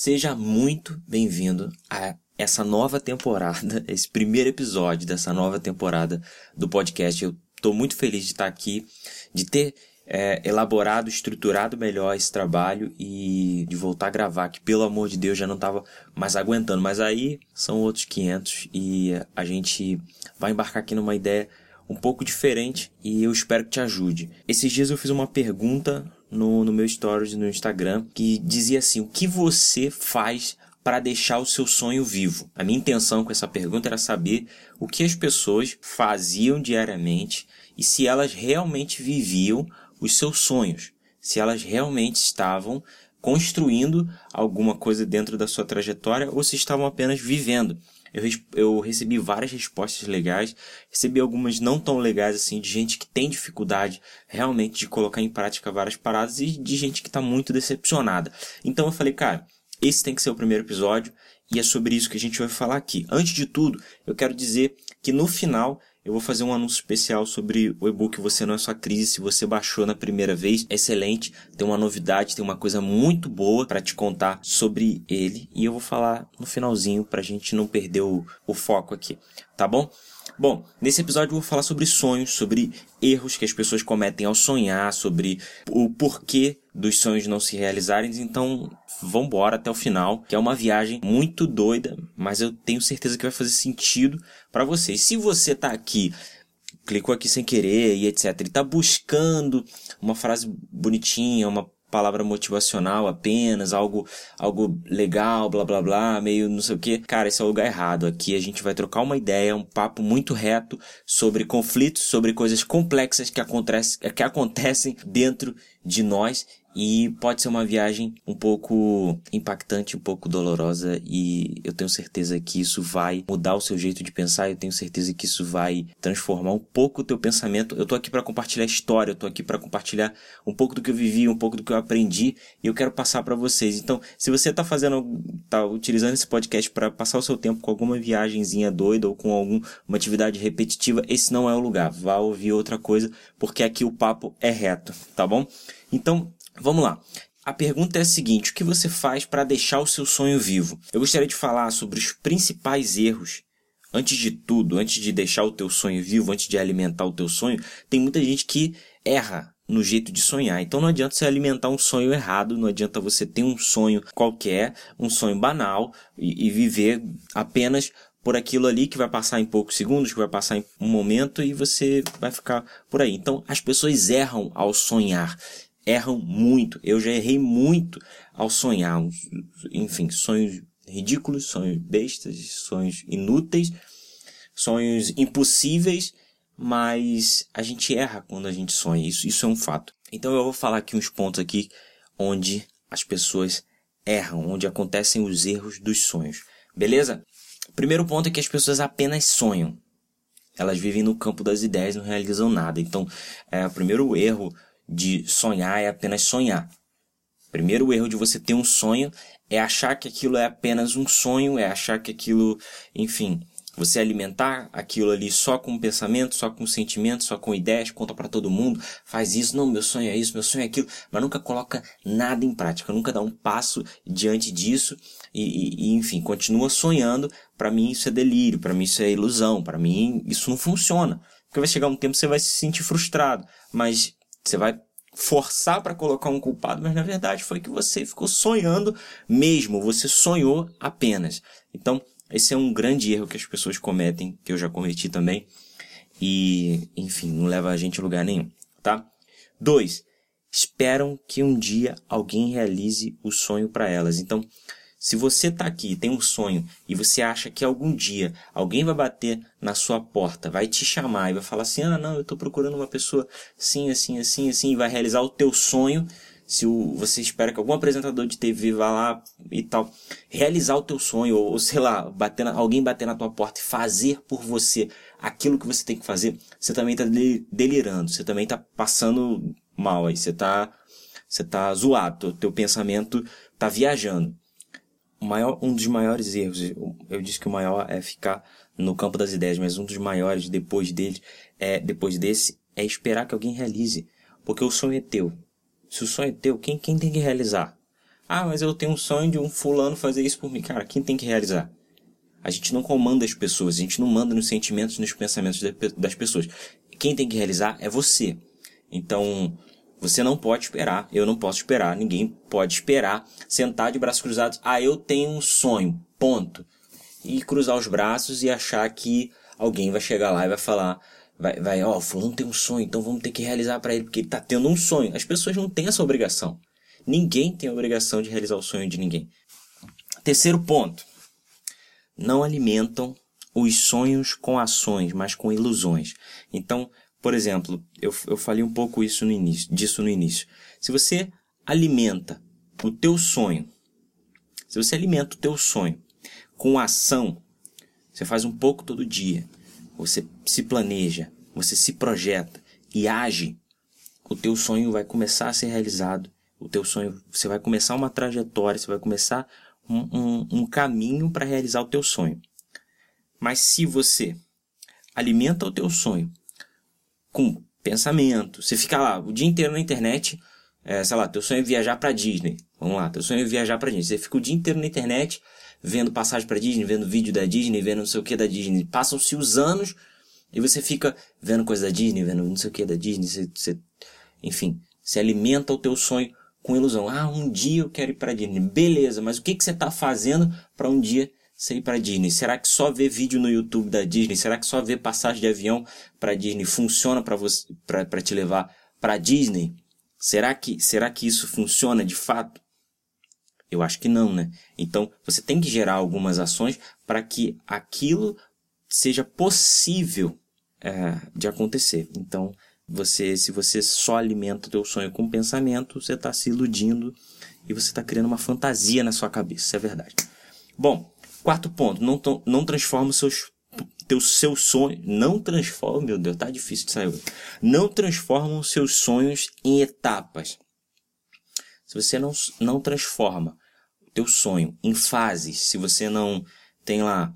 Seja muito bem-vindo a essa nova temporada, esse primeiro episódio dessa nova temporada do podcast. Eu estou muito feliz de estar aqui, de ter elaborado, estruturado melhor esse trabalho e de voltar a gravar, que pelo amor de Deus já não estava mais aguentando. Mas aí são outros 500 e a gente vai embarcar aqui numa ideia um pouco diferente e eu espero que te ajude. Esses dias eu fiz uma pergunta no meu stories no Instagram que dizia assim: o que você faz para deixar o seu sonho vivo? A minha intenção com essa pergunta era saber o que as pessoas faziam diariamente e se elas realmente viviam os seus sonhos, se elas realmente estavam construindo alguma coisa dentro da sua trajetória ou se estavam apenas vivendo. Eu recebi várias respostas legais, recebi algumas não tão legais assim, de gente que tem dificuldade realmente de colocar em prática várias paradas e de gente que está muito decepcionada. Então eu falei, cara, esse tem que ser o primeiro episódio e é sobre isso que a gente vai falar aqui. Antes de tudo, eu quero dizer que no final eu vou fazer um anúncio especial sobre o e-book Você Não É Sua Crise. Se você baixou na primeira vez, excelente. Tem uma novidade, tem uma coisa muito boa para te contar sobre ele. E eu vou falar no finalzinho pra gente não perder o foco aqui, tá bom? Bom, nesse episódio eu vou falar sobre sonhos, sobre erros que as pessoas cometem ao sonhar, sobre o porquê dos sonhos não se realizarem. Então, vamos embora até o final, que é uma viagem muito doida, mas eu tenho certeza que vai fazer sentido para você. E se você tá aqui, clicou aqui sem querer e etc, e tá buscando uma frase bonitinha, uma palavra motivacional apenas, algo legal, blá blá blá, meio não sei o que, cara, esse é o lugar errado. Aqui a gente vai trocar uma ideia, um papo muito reto sobre conflitos, sobre coisas complexas que acontecem dentro de nós. E pode ser uma viagem um pouco impactante, um pouco dolorosa, e eu tenho certeza que isso vai mudar o seu jeito de pensar, eu tenho certeza que isso vai transformar um pouco o teu pensamento. Eu tô aqui para compartilhar história, eu tô aqui para compartilhar um pouco do que eu vivi, um pouco do que eu aprendi, e eu quero passar para vocês. Então, se você tá utilizando esse podcast para passar o seu tempo com alguma viagenzinha doida ou com alguma atividade repetitiva, esse não é o lugar. Vá ouvir outra coisa, porque aqui o papo é reto, tá bom? Então, vamos lá. A pergunta é a seguinte: o que você faz para deixar o seu sonho vivo? Eu gostaria de falar sobre os principais erros. Antes de tudo, antes de deixar o teu sonho vivo, antes de alimentar o teu sonho, tem muita gente que erra no jeito de sonhar. Então não adianta você alimentar um sonho errado, não adianta você ter um sonho qualquer, um sonho banal e viver apenas por aquilo ali que vai passar em poucos segundos, que vai passar em um momento e você vai ficar por aí. Então as pessoas erram ao sonhar. Erram muito. Eu já errei muito ao sonhar. Enfim, sonhos ridículos, sonhos bestas, sonhos inúteis, sonhos impossíveis, mas a gente erra quando a gente sonha. Isso é um fato. Então eu vou falar aqui uns pontos aqui onde as pessoas erram, onde acontecem os erros dos sonhos. Beleza? O primeiro ponto é que as pessoas apenas sonham. Elas vivem no campo das ideias, não realizam nada. Então, o primeiro erro de sonhar é apenas sonhar. Primeiro erro de você ter um sonho é achar que aquilo é apenas um sonho, é achar que aquilo, enfim, você alimentar aquilo ali só com pensamento, só com sentimento, só com ideias, conta pra todo mundo, faz isso, não, meu sonho é isso, meu sonho é aquilo, mas nunca coloca nada em prática, nunca dá um passo diante disso e enfim, continua sonhando. Pra mim isso é delírio, pra mim isso é ilusão, pra mim isso não funciona. Porque vai chegar um tempo que você vai se sentir frustrado, mas você vai forçar para colocar um culpado, mas na verdade foi que você ficou sonhando mesmo, você sonhou apenas. Então, esse é um grande erro que as pessoas cometem, que eu já cometi também, e, enfim, não leva a gente a lugar nenhum, tá? 2. Esperam que um dia alguém realize o sonho para elas. Então, se você está aqui, tem um sonho, e você acha que algum dia alguém vai bater na sua porta, vai te chamar e vai falar assim, não, eu estou procurando uma pessoa assim, assim, assim, assim, e vai realizar o teu sonho, você espera que algum apresentador de TV vá lá e tal, realizar o teu sonho, ou sei lá, alguém bater na tua porta e fazer por você aquilo que você tem que fazer, você também está delirando, você também está passando mal aí, você está zoado, teu pensamento está viajando. Um dos maiores erros, eu disse que o maior é ficar no campo das ideias, mas um dos maiores depois desse é esperar que alguém realize, porque o sonho é teu. Se o sonho é teu, quem tem que realizar? Ah, mas eu tenho um sonho de um fulano fazer isso por mim. Cara, quem tem que realizar? A gente não comanda as pessoas, a gente não manda nos sentimentos e nos pensamentos das pessoas. Quem tem que realizar é você. Então, você não pode esperar, eu não posso esperar, ninguém pode esperar, sentar de braços cruzados, eu tenho um sonho, ponto. E cruzar os braços e achar que alguém vai chegar lá e vai falar, o fulano tem um sonho, então vamos ter que realizar para ele, porque ele tá tendo um sonho. As pessoas não têm essa obrigação. Ninguém tem a obrigação de realizar o sonho de ninguém. Terceiro ponto. Não alimentam os sonhos com ações, mas com ilusões. Então, por exemplo, eu falei um pouco disso no início. Se você alimenta o teu sonho, com ação, você faz um pouco todo dia, você se planeja, você se projeta e age, o teu sonho vai começar a ser realizado. O teu sonho, você vai começar uma trajetória, você vai começar um caminho para realizar o teu sonho. Mas se você alimenta o teu sonho com pensamento, você fica lá o dia inteiro na internet, teu sonho é viajar para Disney. Vamos lá, teu sonho é viajar para Disney. Você fica o dia inteiro na internet, vendo passagem para Disney, vendo vídeo da Disney, vendo não sei o que da Disney. Passam-se os anos e você fica vendo coisa da Disney, vendo não sei o que da Disney. Enfim, você alimenta o teu sonho com ilusão. Um dia eu quero ir para Disney. Beleza, mas o que você está fazendo para um dia você ir para Disney? Será que só ver vídeo no YouTube da Disney? Será que só ver passagem de avião para Disney funciona para você, para te levar para Disney? Será que isso funciona de fato? Eu acho que não, né? Então, você tem que gerar algumas ações para que aquilo seja possível de acontecer. Então, se você só alimenta o teu sonho com pensamento, você está se iludindo e você está criando uma fantasia na sua cabeça. Isso é verdade. Bom, quarto ponto. Não transforma seus sonhos... Não transforma... Meu Deus, tá difícil de sair hoje. Não transforma os seus sonhos em etapas. Se você não transforma o teu sonho em fases, se você não tem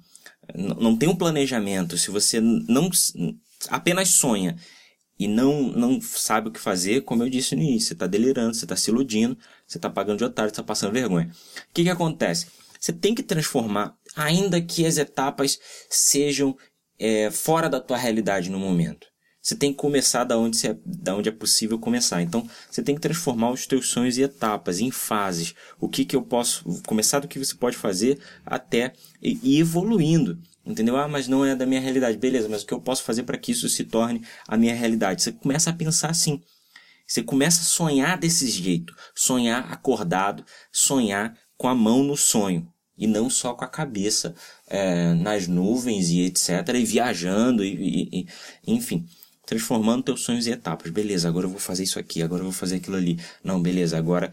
um planejamento, se você não apenas sonha e não sabe o que fazer, como eu disse no início, você está delirando, você está se iludindo, você está pagando de otário, você está passando vergonha. O que acontece? Você tem que transformar, ainda que as etapas sejam fora da tua realidade no momento. Você tem que começar da onde é possível começar. Então, você tem que transformar os teus sonhos em etapas, em fases. O que eu posso... Começar do que você pode fazer até ir evoluindo. Entendeu? Mas não é da minha realidade. Beleza, mas o que eu posso fazer para que isso se torne a minha realidade? Você começa a pensar assim. Você começa a sonhar desse jeito. Sonhar acordado, sonhar com a mão no sonho. E não só com a cabeça nas nuvens e etc. E viajando, enfim... Transformando teus sonhos em etapas. Beleza, agora eu vou fazer isso aqui, agora eu vou fazer aquilo ali. Não, beleza, agora...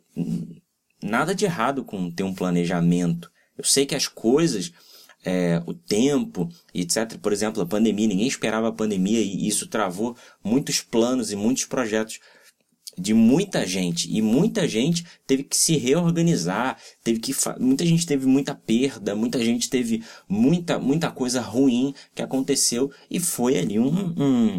Nada de errado com ter um planejamento. Eu sei que as coisas, o tempo, etc. Por exemplo, a pandemia, ninguém esperava a pandemia e isso travou muitos planos e muitos projetos de muita gente. E muita gente teve que se reorganizar, muita gente teve muita perda, muita gente teve muita coisa ruim que aconteceu e foi ali um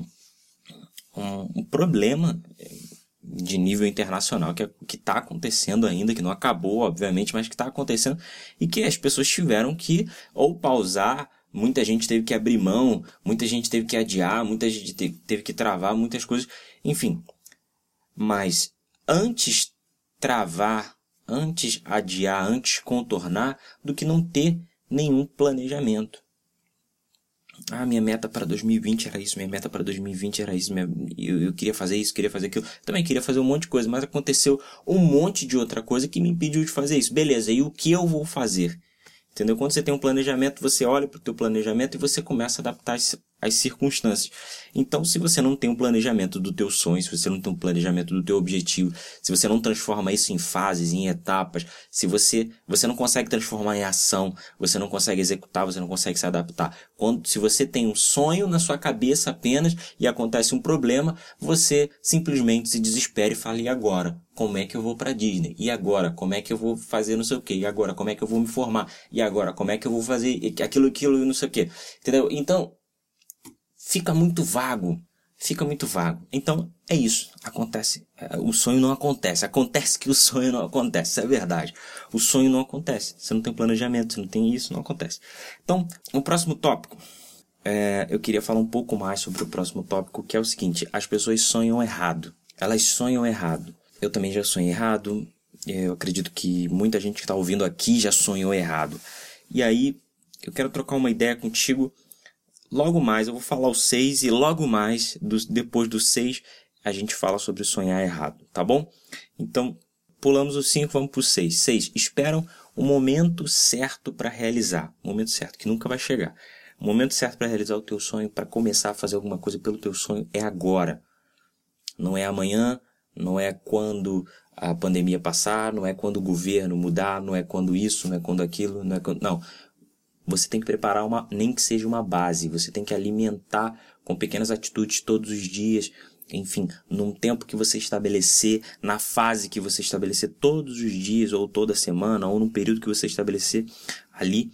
problema de nível internacional que está acontecendo ainda, que não acabou, obviamente, mas que está acontecendo e que as pessoas tiveram que ou pausar, muita gente teve que abrir mão, muita gente teve que adiar, muita gente teve que travar muitas coisas, enfim. Mas antes travar, antes adiar, antes contornar, do que não ter nenhum planejamento. Minha meta para 2020 era isso, minha meta para 2020 era isso, eu queria fazer isso, queria fazer aquilo. Também queria fazer um monte de coisa, mas aconteceu um monte de outra coisa que me impediu de fazer isso. Beleza, e o que eu vou fazer? Entendeu? Quando você tem um planejamento, você olha para o teu planejamento e você começa a adaptar as circunstâncias. Então, se você não tem um planejamento do teu sonho, se você não tem um planejamento do teu objetivo, se você não transforma isso em fases, em etapas, se você não consegue transformar em ação, você não consegue executar, você não consegue se adaptar. Se você tem um sonho na sua cabeça apenas e acontece um problema, você simplesmente se desespera e fala, e agora? Como é que eu vou para Disney? E agora? Como é que eu vou fazer não sei o quê? E agora? Como é que eu vou me formar? E agora? Como é que eu vou fazer aquilo e não sei o quê? Entendeu? Então, fica muito vago. fica muito vago. Então, é isso. Acontece. O sonho não acontece. Acontece que o sonho não acontece. Isso é verdade. O sonho não acontece. Você não tem planejamento, você não tem isso, não acontece. Então, o próximo tópico. Eu queria falar um pouco mais sobre o próximo tópico, que é o seguinte. As pessoas sonham errado. Elas sonham errado. Eu também já sonhei errado. Eu acredito que muita gente que está ouvindo aqui já sonhou errado. E aí, eu quero trocar uma ideia contigo. Logo mais, eu vou falar os 6 e logo mais, depois dos 6, a gente fala sobre sonhar errado, tá bom? Então, pulamos os 5, vamos para os 6. 6, esperam o momento certo para realizar. O momento certo, que nunca vai chegar. O momento certo para realizar o teu sonho, para começar a fazer alguma coisa pelo teu sonho, é agora. Não é amanhã, não é quando a pandemia passar, não é quando o governo mudar, não é quando isso, não é quando aquilo, não é quando... Não. Você tem que preparar nem que seja uma base. Você tem que alimentar com pequenas atitudes todos os dias. Enfim, num tempo que você estabelecer, na fase que você estabelecer todos os dias, ou toda semana, ou num período que você estabelecer ali,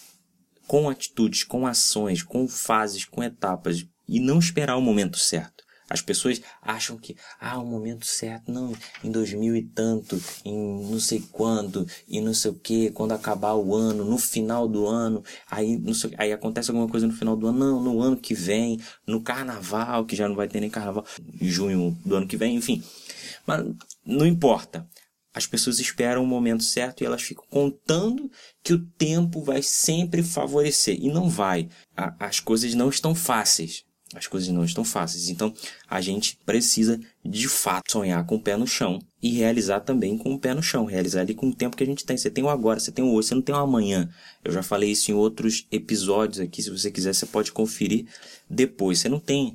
com atitudes, com ações, com fases, com etapas. E não esperar o momento certo. As pessoas acham que, o momento certo, não, em 2000 e tanto, em não sei quando, e não sei o que, quando acabar o ano, no final do ano, aí, não sei, aí acontece alguma coisa no final do ano, não, no ano que vem, no carnaval, que já não vai ter nem carnaval, em junho do ano que vem, enfim. Mas não importa. As pessoas esperam o momento certo e elas ficam contando que o tempo vai sempre favorecer. E não vai. As coisas não estão fáceis. As coisas não estão fáceis. Então, a gente precisa, de fato, sonhar com o pé no chão e realizar também com o pé no chão. Realizar ali com o tempo que a gente tem. Você tem o agora, você tem o hoje, você não tem o amanhã. Eu já falei isso em outros episódios aqui. Se você quiser, você pode conferir depois. Você não tem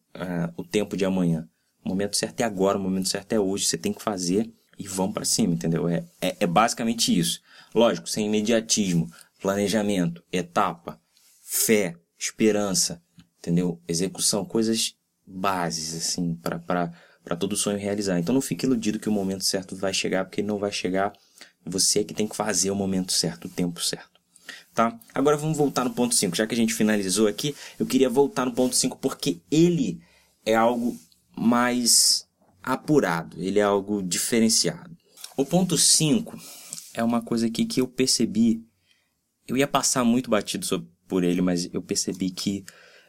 o tempo de amanhã. O momento certo é agora, o momento certo é hoje. Você tem que fazer e vamos para cima, entendeu? É basicamente isso. Lógico, sem imediatismo, planejamento, etapa, fé, esperança, entendeu? Execução, coisas bases, assim, para todo sonho realizar. Então não fique iludido que o momento certo vai chegar, porque ele não vai chegar. Você é que tem que fazer o momento certo, o tempo certo. Tá? Agora vamos voltar no ponto 5. Já que a gente finalizou aqui, eu queria voltar no ponto 5 porque ele é algo mais apurado, ele é algo diferenciado. O ponto 5 é uma coisa aqui que eu percebi, eu ia passar muito batido por ele, mas eu percebi que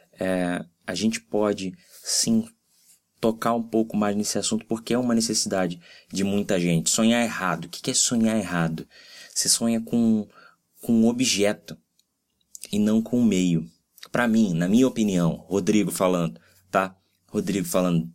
a gente pode sim tocar um pouco mais nesse assunto, porque é uma necessidade de muita gente. Sonhar errado. O que é sonhar errado? Você sonha com um objeto e não com um meio. Para mim, na minha opinião, Rodrigo falando, tá? Rodrigo falando,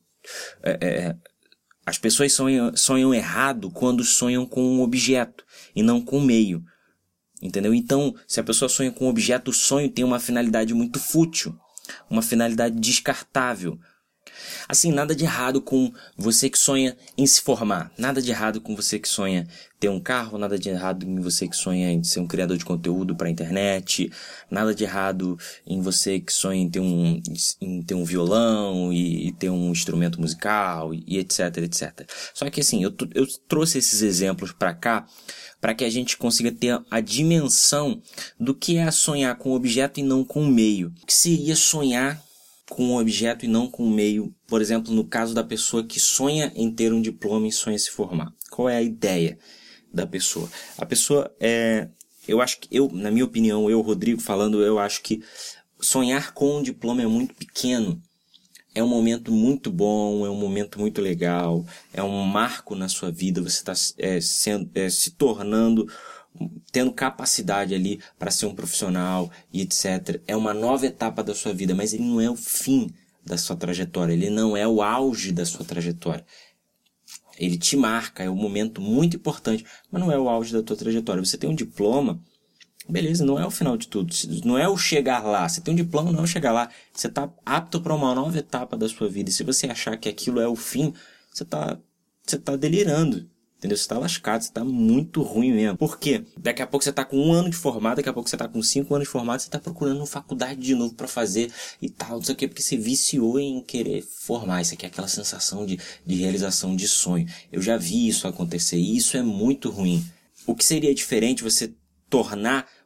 as pessoas sonham errado quando sonham com um objeto e não com um meio. Entendeu? Então, se a pessoa sonha com um objeto, o sonho tem uma finalidade muito fútil. Uma finalidade descartável. Assim, nada de errado com você que sonha em se formar. Nada de errado com você que sonha ter um carro. Nada de errado em você que sonha em ser um criador de conteúdo para a internet. Nada de errado em você que sonha em ter um violão e ter um instrumento musical e etc, etc. Só que assim, eu trouxe esses exemplos para cá para que a gente consiga ter a dimensão do que é sonhar com um objeto e não com um meio. O que seria sonhar com um objeto e não com um meio, por exemplo, no caso da pessoa que sonha em ter um diploma e sonha se formar. Qual é a ideia da pessoa? A pessoa eu acho que na minha opinião, Rodrigo falando, eu acho que sonhar com um diploma é muito pequeno. É um momento muito bom, é um momento muito legal, é um marco na sua vida, você está se tornando, tendo capacidade ali para ser um profissional e etc. É uma nova etapa da sua vida, mas ele não é o fim da sua trajetória, ele não é o auge da sua trajetória. Ele te marca, é um momento muito importante, mas não é o auge da tua trajetória. Você tem um diploma, beleza, não é o final de tudo, não é o chegar lá. Você tem um diploma, não é o chegar lá. Você está apto para uma nova etapa da sua vida. E se você achar que aquilo é o fim, você tá delirando, entendeu? Você está lascado, você está muito ruim mesmo. Por quê? Daqui a pouco você está com 1 ano de formado, daqui a pouco você está com 5 anos de formado, você está procurando uma faculdade de novo para fazer e tal, não sei o quê, porque você viciou em querer formar. Isso aqui é aquela sensação de realização de sonho. Eu já vi isso acontecer e isso é muito ruim. O que seria diferente você tornar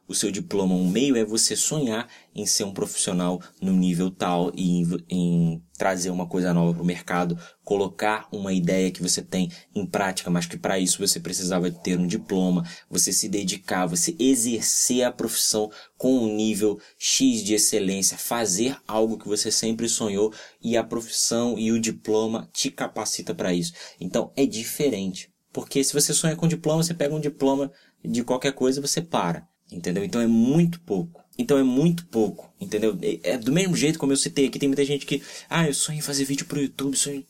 o seu diploma um meio, é você sonhar em ser um profissional no nível tal e em trazer uma coisa nova para o mercado, colocar uma ideia que você tem em prática, mas que para isso você precisava ter um diploma, você se dedicar, você exercer a profissão com um nível X de excelência, fazer algo que você sempre sonhou e a profissão e o diploma te capacita para isso. Então é diferente, porque se você sonha com diploma, você pega um diploma de qualquer coisa e você para. Entendeu? Então é muito pouco. Entendeu? É do mesmo jeito como eu citei aqui, tem muita gente que, eu sonho em fazer vídeo pro YouTube, sonho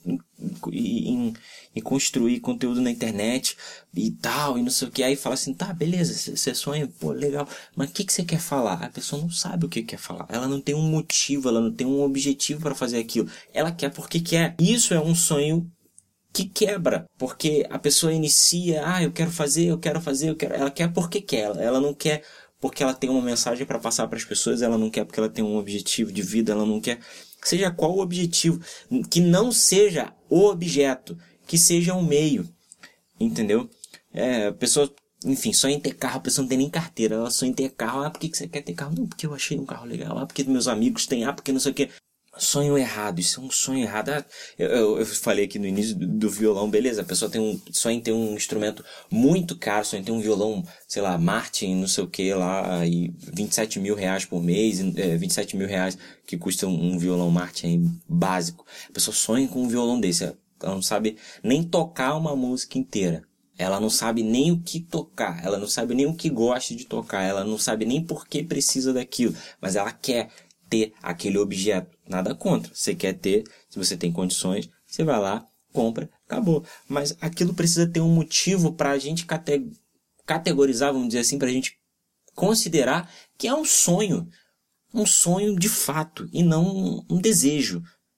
em construir conteúdo na internet e tal, e não sei o que. Aí fala assim, tá, beleza, você sonha, pô, legal, mas o que você quer falar? A pessoa não sabe o que quer falar. Ela não tem um motivo, ela não tem um objetivo para fazer aquilo. Ela quer porque quer. Isso é um sonho que quebra, porque a pessoa inicia, eu quero fazer, ela quer porque quer, ela não quer porque ela tem uma mensagem para passar para as pessoas, ela não quer porque ela tem um objetivo de vida, ela não quer, seja qual o objetivo, que não seja o objeto, que seja um meio, entendeu? A pessoa, enfim, sonha em ter carro, a pessoa não tem nem carteira, ela sonha em ter carro, por que você quer ter carro? Não, porque eu achei um carro legal, porque meus amigos têm, porque não sei o que. Sonho errado, isso é um sonho errado. Eu falei aqui no início do violão, beleza, a pessoa sonha em ter um instrumento muito caro, sonha em ter um violão, sei lá, Martin, não sei o que lá, e 27 mil reais por mês, 27 mil reais que custa um violão Martin básico. A pessoa sonha com um violão desse, ela não sabe nem tocar uma música inteira. Ela não sabe nem o que tocar, ela não sabe nem o que gosta de tocar, ela não sabe nem por que precisa daquilo, mas ela quer ter aquele objeto. Nada contra. Você quer ter, se você tem condições, você vai lá, compra, acabou. Mas aquilo precisa ter um motivo para a gente categorizar, vamos dizer assim, para a gente considerar que é um sonho de fato e não um desejo.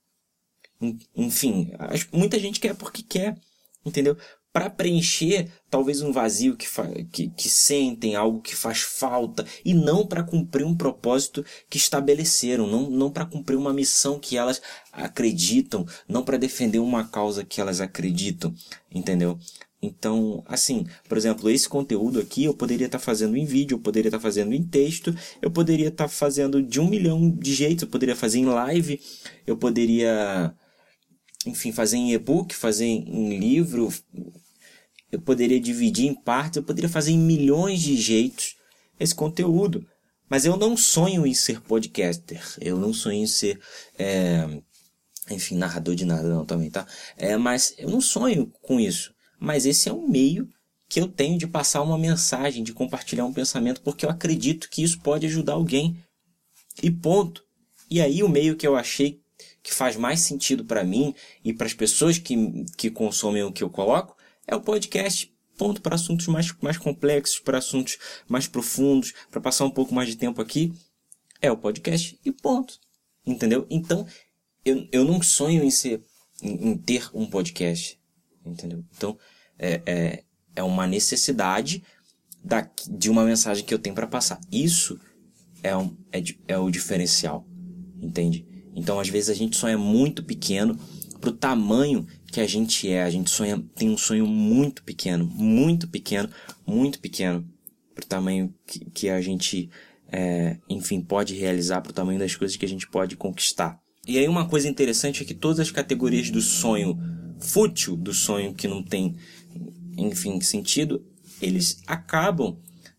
Enfim, muita gente quer porque quer, entendeu? Para preencher talvez um vazio que sentem, algo que faz falta, e não para cumprir um propósito que estabeleceram, não para cumprir uma missão que elas acreditam, não para defender uma causa que elas acreditam, entendeu? Então, assim, por exemplo, esse conteúdo aqui eu poderia estar fazendo em vídeo, eu poderia estar fazendo em texto, eu poderia estar fazendo de 1 milhão de jeitos, eu poderia fazer em live, eu poderia, enfim, fazer em e-book, fazer em livro, eu poderia dividir em partes, eu poderia fazer em milhões de jeitos esse conteúdo. Mas eu não sonho em ser podcaster, eu não sonho em ser, enfim, narrador de nada não também, tá? Mas eu não sonho com isso. Mas esse é um meio que eu tenho de passar uma mensagem, de compartilhar um pensamento, porque eu acredito que isso pode ajudar alguém. E ponto. E aí o meio que eu achei que faz mais sentido para mim e para as pessoas que consomem o que eu coloco, é o podcast, ponto, para assuntos mais complexos, para assuntos mais profundos, para passar um pouco mais de tempo aqui, é o podcast e ponto, entendeu? Então, eu não sonho em ter um podcast, entendeu? Então, é uma necessidade de uma mensagem que eu tenho para passar. Isso é o diferencial, entende? Então, às vezes, a gente sonha muito pequeno pro tamanho que a gente tem um sonho muito pequeno pro tamanho que a gente, enfim, pode realizar, pro tamanho das coisas que a gente pode conquistar. E aí uma coisa interessante é que todas as categorias do sonho fútil, do sonho que não tem, enfim, sentido, eles acabam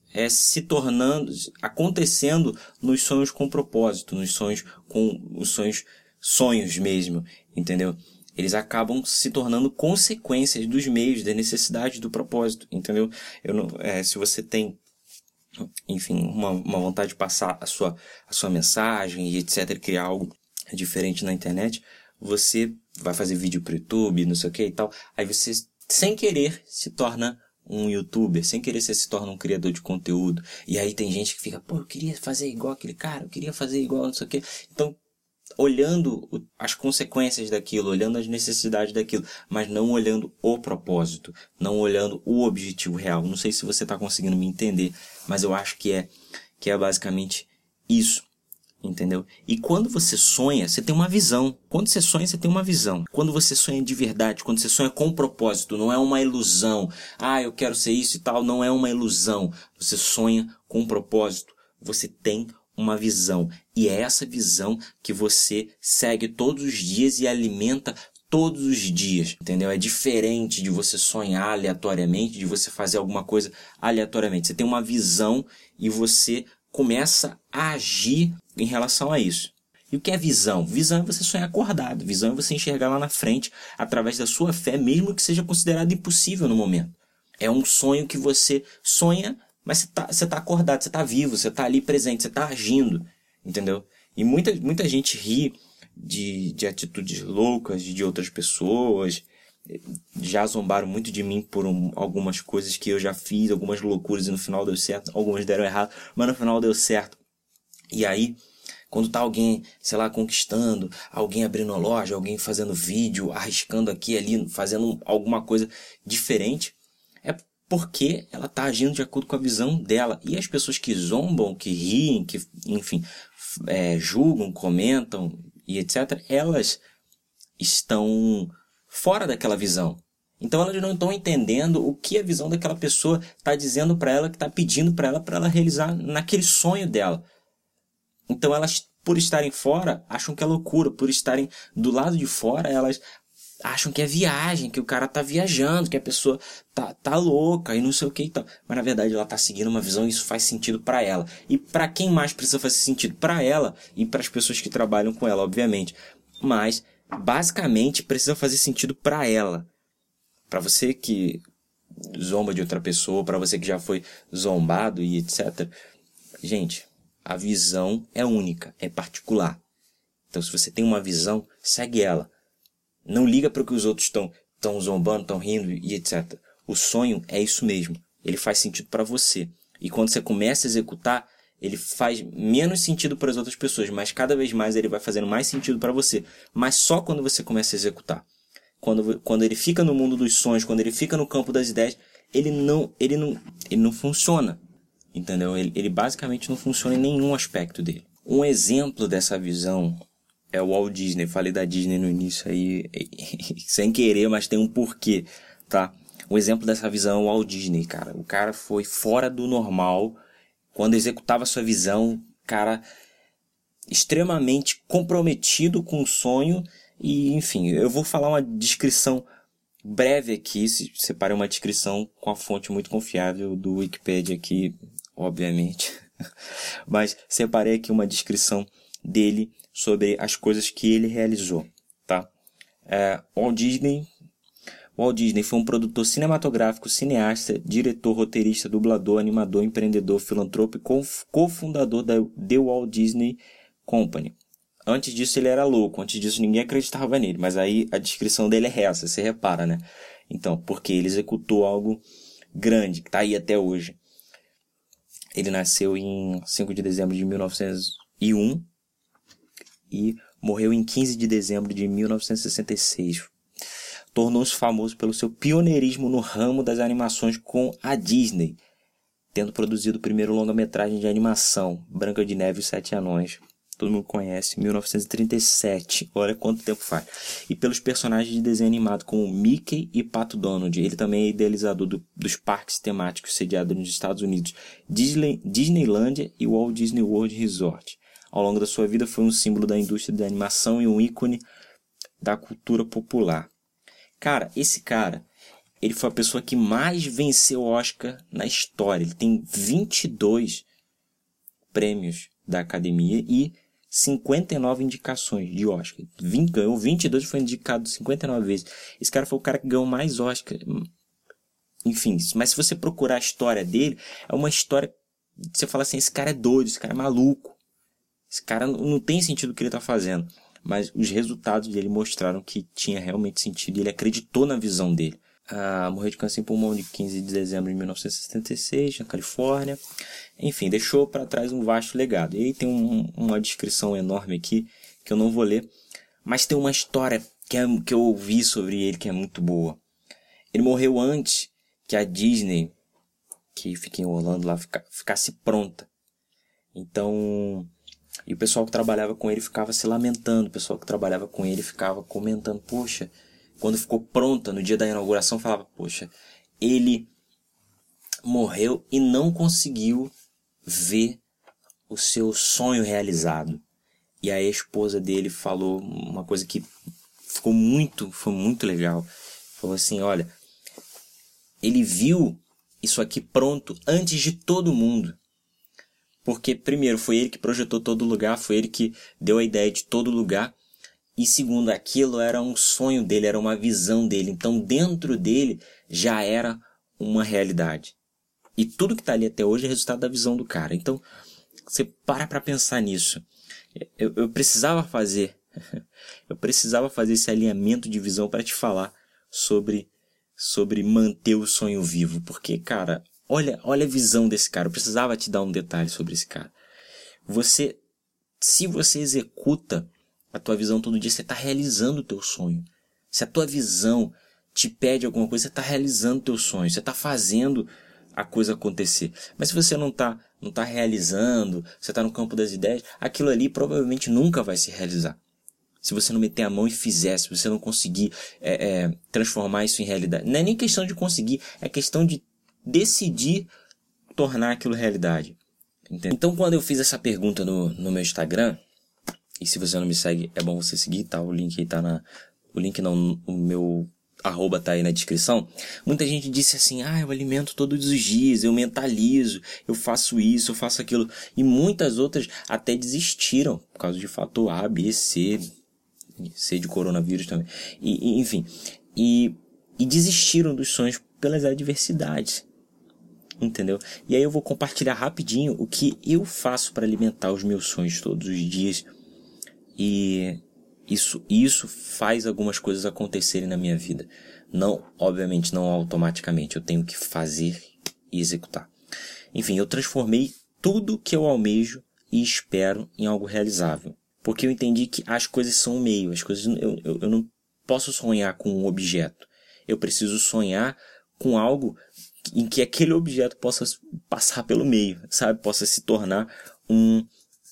acontecendo nos sonhos com propósito, nos sonhos com os sonhos mesmo, entendeu? Eles acabam se tornando consequências dos meios, da necessidade, do propósito, entendeu? Se você tem, enfim, uma vontade de passar a sua mensagem e etc., criar algo diferente na internet, você vai fazer vídeo pro YouTube, não sei o que e tal, aí você, sem querer, se torna um youtuber, sem querer você se torna um criador de conteúdo, e aí tem gente que fica, eu queria fazer igual aquele cara, eu queria fazer igual não sei o que, então, olhando as consequências daquilo, olhando as necessidades daquilo, mas não olhando o propósito, não olhando o objetivo real. Não sei se você está conseguindo me entender, mas eu acho que é basicamente isso, entendeu? E quando você sonha, você tem uma visão. Quando você sonha, você tem uma visão. Quando você sonha de verdade, quando você sonha com propósito, não é uma ilusão. Ah, eu quero ser isso e tal, não é uma ilusão. Você sonha com um propósito. Você tem uma visão. E é essa visão que você segue todos os dias e alimenta todos os dias, entendeu? É diferente de você sonhar aleatoriamente, de você fazer alguma coisa aleatoriamente. Você tem uma visão e você começa a agir em relação a isso. E o que é visão? Visão é você sonhar acordado. Visão é você enxergar lá na frente através da sua fé, mesmo que seja considerado impossível no momento. É um sonho que você sonha, mas você tá acordado, você tá vivo, você tá ali presente, você tá agindo, entendeu? E muita gente ri de atitudes loucas de outras pessoas. Já zombaram muito de mim por algumas coisas que eu já fiz, algumas loucuras, e no final deu certo, algumas deram errado, mas no final deu certo. E aí, quando tá alguém, sei lá, conquistando, alguém abrindo a loja, alguém fazendo vídeo, arriscando aqui e ali, fazendo alguma coisa diferente, é porque ela tá agindo de acordo com a visão dela. E as pessoas que zombam, que riem, que, enfim, julgam, comentam e etc., elas estão fora daquela visão. Então elas não estão entendendo o que a visão daquela pessoa está dizendo para ela, que está pedindo para ela realizar naquele sonho dela. Então elas, por estarem fora, acham que é loucura. Por estarem do lado de fora, elas acham que é viagem, que o cara tá viajando, que a pessoa tá louca e não sei o que e tal. Mas na verdade ela tá seguindo uma visão e isso faz sentido para ela. E para quem mais precisa fazer sentido? Para ela e para as pessoas que trabalham com ela, obviamente. Mas basicamente precisa fazer sentido para ela. Para você que zomba de outra pessoa, para você que já foi zombado e etc. Gente, a visão é única, é particular. Então se você tem uma visão, segue ela. Não liga para o que os outros estão zombando, estão rindo e etc. O sonho é isso mesmo. Ele faz sentido para você. E quando você começa a executar, ele faz menos sentido para as outras pessoas, mas cada vez mais ele vai fazendo mais sentido para você. Mas só quando você começa a executar. Quando ele fica no mundo dos sonhos, quando ele fica no campo das ideias, ele não funciona. Entendeu? Ele basicamente não funciona em nenhum aspecto dele. Um exemplo dessa visão é o Walt Disney. Falei da Disney no início aí, sem querer, mas tem um porquê, tá? Um exemplo dessa visão é o Walt Disney, cara. O cara foi fora do normal quando executava sua visão, cara, extremamente comprometido com o sonho. E, enfim, eu vou falar uma descrição breve aqui, separei uma descrição com a fonte muito confiável do Wikipedia aqui, obviamente. Mas separei aqui uma descrição dele sobre as coisas que ele realizou, tá? Walt Disney foi um produtor cinematográfico, cineasta, diretor, roteirista, dublador, animador, empreendedor, filantropo e cofundador da The Walt Disney Company. Antes disso ele era louco, antes disso ninguém acreditava nele, mas aí a descrição dele é essa, você repara, né? Então, porque ele executou algo grande, que está aí até hoje. Ele nasceu em 5 de dezembro de 1901 e morreu em 15 de dezembro de 1966. Tornou-se famoso pelo seu pioneirismo no ramo das animações com a Disney, tendo produzido o primeiro longa-metragem de animação, Branca de Neve e os Sete Anões. Todo mundo conhece, 1937, olha quanto tempo faz. E pelos personagens de desenho animado como Mickey e Pato Donald. Ele também é idealizador dos parques temáticos sediados nos Estados Unidos, Disneylândia e Walt Disney World Resort. Ao longo da sua vida foi um símbolo da indústria da animação e um ícone da cultura popular. Cara, esse cara, ele foi a pessoa que mais venceu Oscar na história. Ele tem 22 prêmios da academia e 59 indicações de Oscar. Ganhou 22 e foi indicado 59 vezes. Esse cara foi o cara que ganhou mais Oscar. Enfim, mas se você procurar a história dele, é uma história... Você fala assim, esse cara é doido, esse cara é maluco. Esse cara não tem sentido o que ele está fazendo. Mas os resultados dele mostraram que tinha realmente sentido e ele acreditou na visão dele. Morreu de câncer em pulmão de 15 de dezembro de 1976, na Califórnia. Enfim, deixou para trás um vasto legado. E aí tem uma descrição enorme aqui, que eu não vou ler. Mas tem uma história que eu ouvi sobre ele que é muito boa. Ele morreu antes que a Disney, que fica em Orlando lá, ficasse pronta. Então, E o pessoal que trabalhava com ele ficava se lamentando, o pessoal que trabalhava com ele ficava comentando, poxa, quando ficou pronta no dia da inauguração, falava, poxa, ele morreu e não conseguiu ver o seu sonho realizado. E aí a esposa dele falou uma coisa que foi muito legal. Falou assim, olha, ele viu isso aqui pronto antes de todo mundo. Porque, primeiro, foi ele que projetou todo lugar, foi ele que deu a ideia de todo lugar. E segundo, aquilo era um sonho dele, era uma visão dele. Então, dentro dele, já era uma realidade. E tudo que está ali até hoje é resultado da visão do cara. Então, você para pensar nisso. Eu precisava fazer esse alinhamento de visão para te falar sobre manter o sonho vivo. Porque, cara, olha a visão desse cara. Eu precisava te dar um detalhe sobre esse cara. Se você executa a tua visão todo dia, você está realizando o teu sonho. Se a tua visão te pede alguma coisa, você está realizando o teu sonho. Você está fazendo a coisa acontecer. Mas se você não tá realizando, você está no campo das ideias, aquilo ali provavelmente nunca vai se realizar. Se você não meter a mão e fizer, se você não conseguir transformar isso em realidade. Não é nem questão de conseguir, é questão de decidir tornar aquilo realidade. Entendeu? Então, quando eu fiz essa pergunta no meu Instagram, e se você não me segue, é bom você seguir, tá? O link aí tá o meu @ tá aí na descrição. Muita gente disse assim, eu alimento todos os dias, eu mentalizo, eu faço isso, eu faço aquilo. E muitas outras até desistiram, por causa de fator A, B, C de coronavírus também. Enfim, desistiram dos sonhos pelas adversidades. Entendeu? E aí eu vou compartilhar rapidinho o que eu faço para alimentar os meus sonhos todos os dias. E isso faz algumas coisas acontecerem na minha vida. Não, obviamente, não automaticamente. Eu tenho que fazer e executar. Enfim, eu transformei tudo que eu almejo e espero em algo realizável. Porque eu entendi que as coisas são um meio. As coisas, eu não posso sonhar com um objeto. Eu preciso sonhar com algo em que aquele objeto possa passar pelo meio, sabe? Possa se tornar um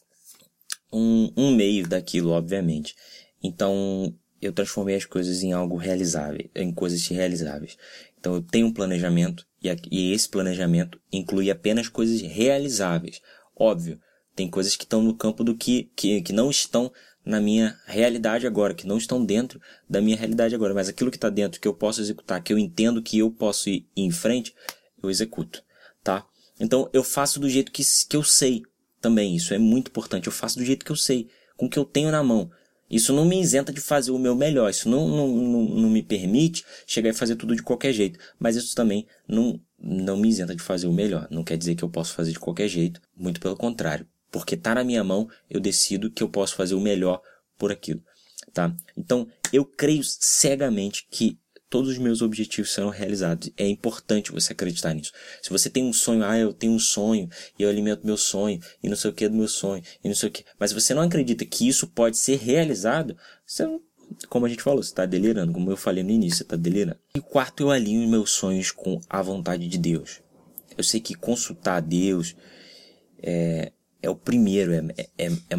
meio daquilo, obviamente. Então, eu transformei as coisas em algo realizável, em coisas realizáveis. Então, eu tenho um planejamento e esse planejamento inclui apenas coisas realizáveis. Óbvio, tem coisas que estão no campo do que não estão na minha realidade agora, que não estão dentro da minha realidade agora. Mas aquilo que está dentro, que eu posso executar, que eu entendo que eu posso ir em frente, eu executo, tá? Então, eu faço do jeito que eu sei também. Isso é muito importante. Eu faço do jeito que eu sei, com o que eu tenho na mão. Isso não me isenta de fazer o meu melhor. Isso não me permite chegar e fazer tudo de qualquer jeito. Mas isso também não me isenta de fazer o melhor. Não quer dizer que eu posso fazer de qualquer jeito. Muito pelo contrário. Porque tá na minha mão, eu decido que eu posso fazer o melhor por aquilo, tá? Então, eu creio cegamente que todos os meus objetivos serão realizados. É importante você acreditar nisso. Se você tem um sonho, eu tenho um sonho, e eu alimento meu sonho, e não sei o que do meu sonho, e não sei o que. Mas se você não acredita que isso pode ser realizado, você não, como a gente falou, você está delirando. Como eu falei no início, você está delirando. E quarto, eu alinho os meus sonhos com a vontade de Deus. Eu sei que consultar a Deus é o primeiro, é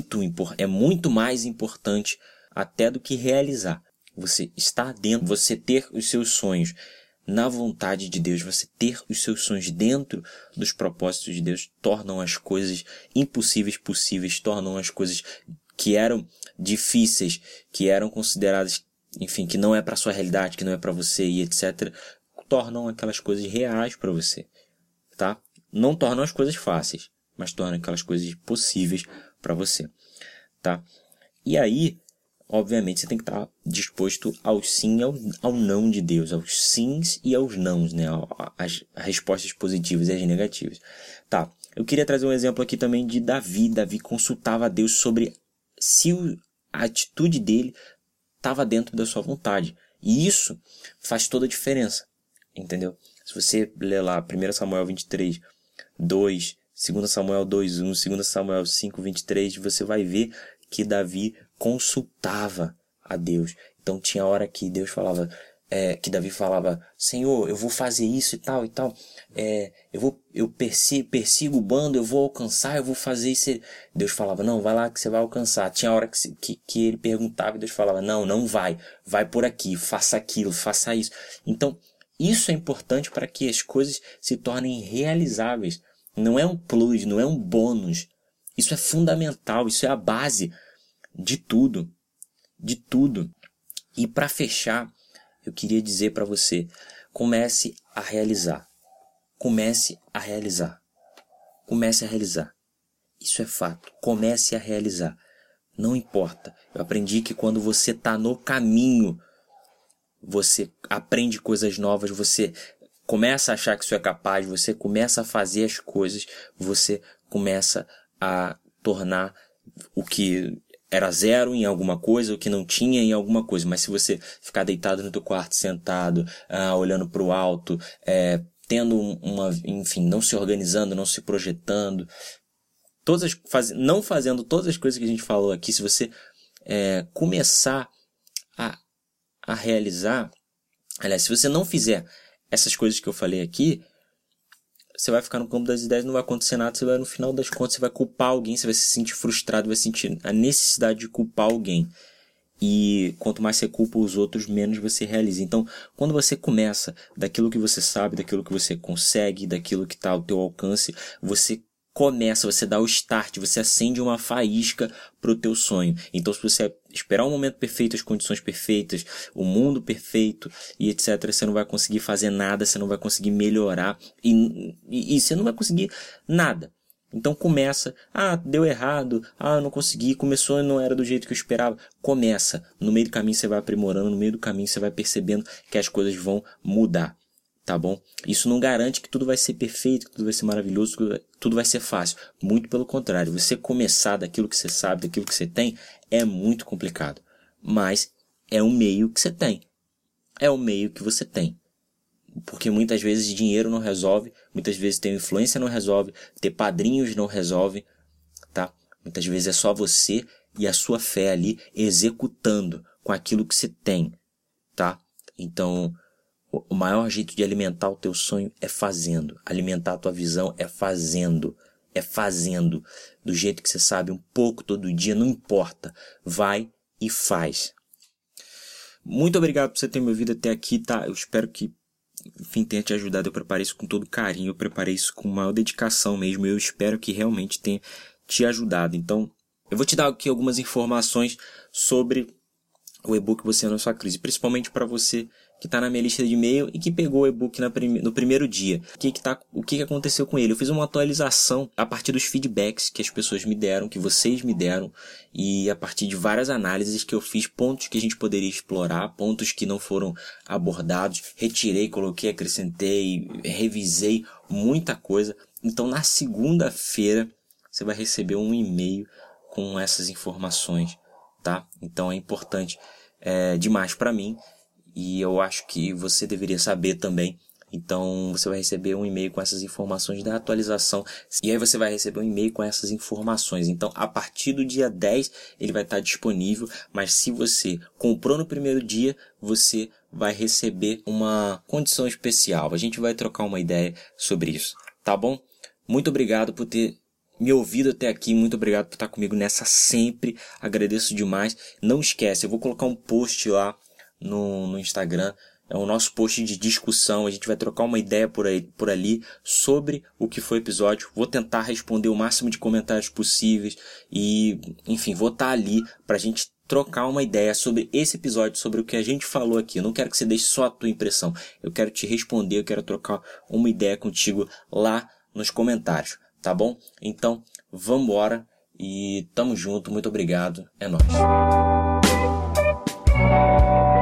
muito mais importante até do que realizar. Você estar dentro, você ter os seus sonhos na vontade de Deus, você ter os seus sonhos dentro dos propósitos de Deus, tornam as coisas impossíveis possíveis, tornam as coisas que eram difíceis, que eram consideradas, enfim, que não é para sua realidade, que não é para você e etc., tornam aquelas coisas reais para você, tá? Não tornam as coisas fáceis, mas tornam aquelas coisas possíveis para você, tá? E aí, obviamente, você tem que estar disposto ao sim e ao não de Deus, aos sims e aos nãos, né? As respostas positivas e as negativas. Tá, eu queria trazer um exemplo aqui também de Davi. Davi consultava a Deus sobre se a atitude dele estava dentro da sua vontade. E isso faz toda a diferença, entendeu? Se você ler lá 1 Samuel 23, 2, 2 Samuel 2, 1, 2 Samuel 5, 23, você vai ver que Davi consultava a Deus. Então tinha hora que Deus falava, que Davi falava, Senhor, eu vou fazer isso e tal, eu persigo o bando, eu vou alcançar, eu vou fazer isso. Deus falava, não, vai lá que você vai alcançar. Tinha hora que ele perguntava e Deus falava, não vai por aqui, faça aquilo, faça isso. Então, isso é importante para que as coisas se tornem realizáveis. Não é um plus, não é um bônus. Isso é fundamental, isso é a base de tudo. De tudo. E para fechar, eu queria dizer para você, comece a realizar. Comece a realizar. Comece a realizar. Isso é fato. Comece a realizar. Não importa. Eu aprendi que quando você está no caminho, você aprende coisas novas, você começa a achar que isso é capaz, você começa a fazer as coisas, você começa a tornar o que era zero em alguma coisa, o que não tinha em alguma coisa. Mas se você ficar deitado no teu quarto, sentado, olhando para o alto, tendo enfim, não se organizando, não se projetando, não fazendo todas as coisas que a gente falou aqui, se você começar a realizar, aliás, se você não fizer essas coisas que eu falei aqui, você vai ficar no campo das ideias, não vai acontecer nada, você vai, no final das contas, você vai culpar alguém, você vai se sentir frustrado, vai sentir a necessidade de culpar alguém. E quanto mais você culpa os outros, menos você realiza. Então, quando você começa daquilo que você sabe, daquilo que você consegue, daquilo que está ao teu alcance, você dá o start, você acende uma faísca para o teu sonho. Então, se você esperar o momento perfeito, as condições perfeitas, o mundo perfeito e etc., você não vai conseguir fazer nada, você não vai conseguir melhorar e você não vai conseguir nada. Então começa, deu errado, não consegui, começou e não era do jeito que eu esperava. Começa, no meio do caminho você vai aprimorando, no meio do caminho você vai percebendo que as coisas vão mudar. Tá bom? Isso não garante que tudo vai ser perfeito, que tudo vai ser maravilhoso, que tudo vai ser fácil. Muito pelo contrário, você começar daquilo que você sabe, daquilo que você tem, é muito complicado. Mas é um meio que você tem. É o meio que você tem. Porque muitas vezes dinheiro não resolve, muitas vezes ter influência não resolve, ter padrinhos não resolve, tá? Muitas vezes é só você e a sua fé ali executando com aquilo que você tem, tá? Então, o maior jeito de alimentar o teu sonho é fazendo. Alimentar a tua visão é fazendo. É fazendo. Do jeito que você sabe, um pouco todo dia, não importa. Vai e faz. Muito obrigado por você ter me ouvido até aqui, tá? Eu espero que, enfim, tenha te ajudado. Eu preparei isso com todo carinho. Eu preparei isso com maior dedicação mesmo. Eu espero que realmente tenha te ajudado. Então, eu vou te dar aqui algumas informações sobre o e-book Você Não é Sua Crise. Principalmente para você que está na minha lista de e-mail e que pegou o e-book no primeiro dia. O que aconteceu com ele? Eu fiz uma atualização a partir dos feedbacks que as pessoas me deram, que vocês me deram, e a partir de várias análises que eu fiz, pontos que a gente poderia explorar, pontos que não foram abordados, retirei, coloquei, acrescentei, revisei muita coisa. Então, na segunda-feira, você vai receber um e-mail com essas informações, tá? Então, é importante demais para mim. E eu acho que você deveria saber também. Então, você vai receber um e-mail com essas informações da atualização. E aí você vai receber um e-mail com essas informações. Então, a partir do dia 10, ele vai estar disponível. Mas se você comprou no primeiro dia, você vai receber uma condição especial. A gente vai trocar uma ideia sobre isso. Tá bom? Muito obrigado por ter me ouvido até aqui. Muito obrigado por estar comigo nessa sempre. Agradeço demais. Não esquece, eu vou colocar um post lá no Instagram, é o nosso post de discussão, a gente vai trocar uma ideia por ali sobre o que foi o episódio, vou tentar responder o máximo de comentários possíveis e, enfim, vou estar ali pra gente trocar uma ideia sobre esse episódio, sobre o que a gente falou aqui. Eu não quero que você deixe só a tua impressão, eu quero te responder, eu quero trocar uma ideia contigo lá nos comentários, tá bom? Então, vambora e tamo junto, muito obrigado, é nóis.